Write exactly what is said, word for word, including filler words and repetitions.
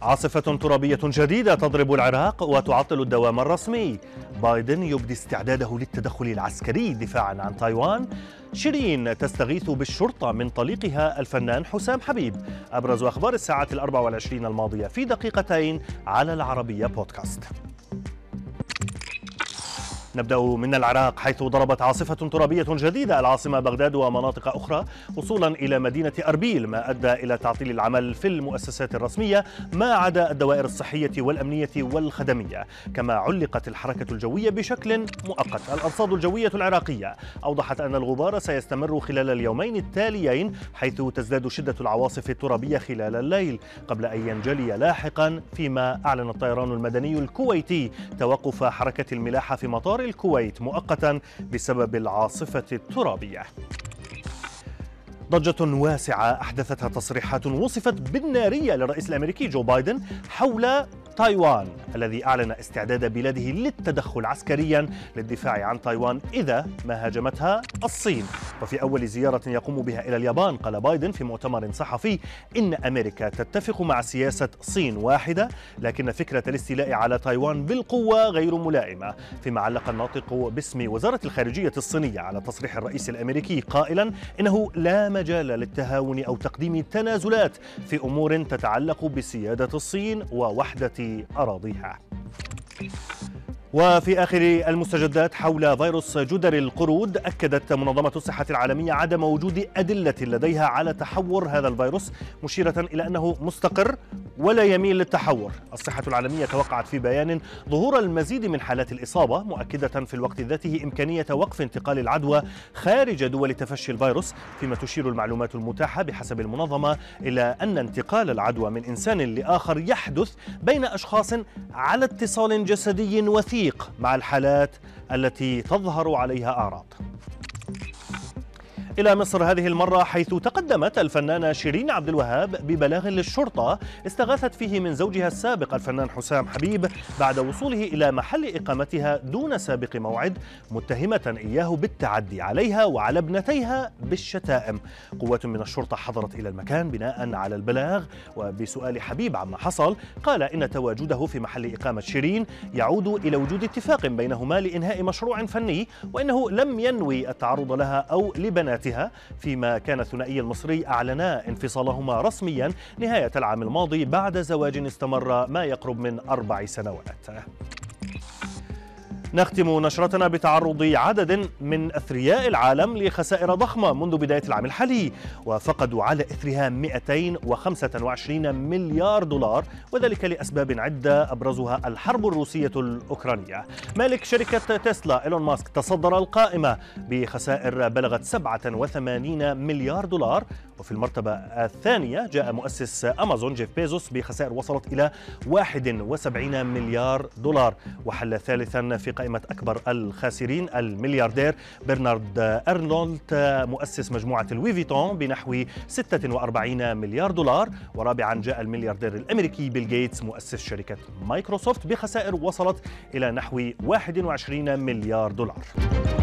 عاصفة ترابية جديدة تضرب العراق وتعطل الدوام الرسمي. بايدن يبدي استعداده للتدخل العسكري دفاعا عن تايوان. شيرين تستغيث بالشرطة من طليقها الفنان حسام حبيب. أبرز أخبار الساعة الأربع والعشرين الماضية في دقيقتين على العربية بودكاست. نبدأ من العراق، حيث ضربت عاصفة ترابية جديدة العاصمة بغداد ومناطق أخرى وصولا إلى مدينة أربيل، ما أدى إلى تعطيل العمل في المؤسسات الرسمية ما عدا الدوائر الصحية والأمنية والخدمية. كما علقت الحركة الجوية بشكل مؤقت. الأرصاد الجوية العراقية أوضحت أن الغبار سيستمر خلال اليومين التاليين، حيث تزداد شدة العواصف الترابية خلال الليل قبل أن ينجلي لاحقا. فيما أعلن الطيران المدني الكويتي توقف حركة الملاحة في مطار الكويت مؤقتا بسبب العاصفة الترابية. ضجة واسعة أحدثتها تصريحات وصفت بالنارية للرئيس الأمريكي جو بايدن حول تايوان، الذي أعلن استعداد بلاده للتدخل عسكريا للدفاع عن تايوان إذا ما هاجمتها الصين. وفي أول زيارة يقوم بها إلى اليابان قال بايدن في مؤتمر صحفي إن أمريكا تتفق مع سياسة صين واحدة، لكن فكرة الاستيلاء على تايوان بالقوة غير ملائمة. فيما علق الناطق باسم وزارة الخارجية الصينية على تصريح الرئيس الأمريكي قائلا إنه لا مجال للتهاون أو تقديم تنازلات في أمور تتعلق بسيادة الصين ووحدة أراضيها. وفي آخر المستجدات حول فيروس جدري القرود، أكدت منظمة الصحة العالمية عدم وجود أدلة لديها على تحور هذا الفيروس، مشيرة إلى أنه مستقر ولا يميل للتحور. الصحة العالمية توقعت في بيان ظهور المزيد من حالات الإصابة، مؤكدة في الوقت ذاته إمكانية وقف انتقال العدوى خارج دول تفشي الفيروس. فيما تشير المعلومات المتاحة بحسب المنظمة إلى أن انتقال العدوى من إنسان لآخر يحدث بين أشخاص على اتصال جسدي وثيق مع الحالات التي تظهر عليها أعراض. إلى مصر هذه المرة، حيث تقدمت الفنانة شيرين عبد الوهاب ببلاغ للشرطة استغاثت فيه من زوجها السابق الفنان حسام حبيب بعد وصوله إلى محل إقامتها دون سابق موعد، متهمة إياه بالتعدي عليها وعلى ابنتيها بالشتائم. قوات من الشرطة حضرت إلى المكان بناء على البلاغ، وبسؤال حبيب عما حصل قال إن تواجده في محل إقامة شيرين يعود إلى وجود اتفاق بينهما لإنهاء مشروع فني، وإنه لم ينوي التعرض لها أو لبناتها. فيما كان الثنائي المصري أعلنا انفصالهما رسميا نهاية العام الماضي بعد زواج استمر ما يقرب من أربع سنوات. نختم نشرتنا بتعرض عدد من أثرياء العالم لخسائر ضخمة منذ بداية العام الحالي، وفقدوا على إثرها مئتين وخمسة وعشرين مليار دولار، وذلك لأسباب عدة أبرزها الحرب الروسية الأوكرانية. مالك شركة تسلا إيلون ماسك تصدر القائمة بخسائر بلغت سبعة وثمانين مليار دولار، وفي المرتبة الثانية جاء مؤسس أمازون جيف بيزوس بخسائر وصلت إلى واحد وسبعين مليار دولار، وحل ثالثا في قائمة أكبر الخاسرين الملياردير برنارد أرنولد مؤسس مجموعة لوي فيتون بنحو ستة وأربعين مليار دولار، ورابعا جاء الملياردير الأمريكي بيل غيتس مؤسس شركة مايكروسوفت بخسائر وصلت إلى نحو واحد وعشرين مليار دولار.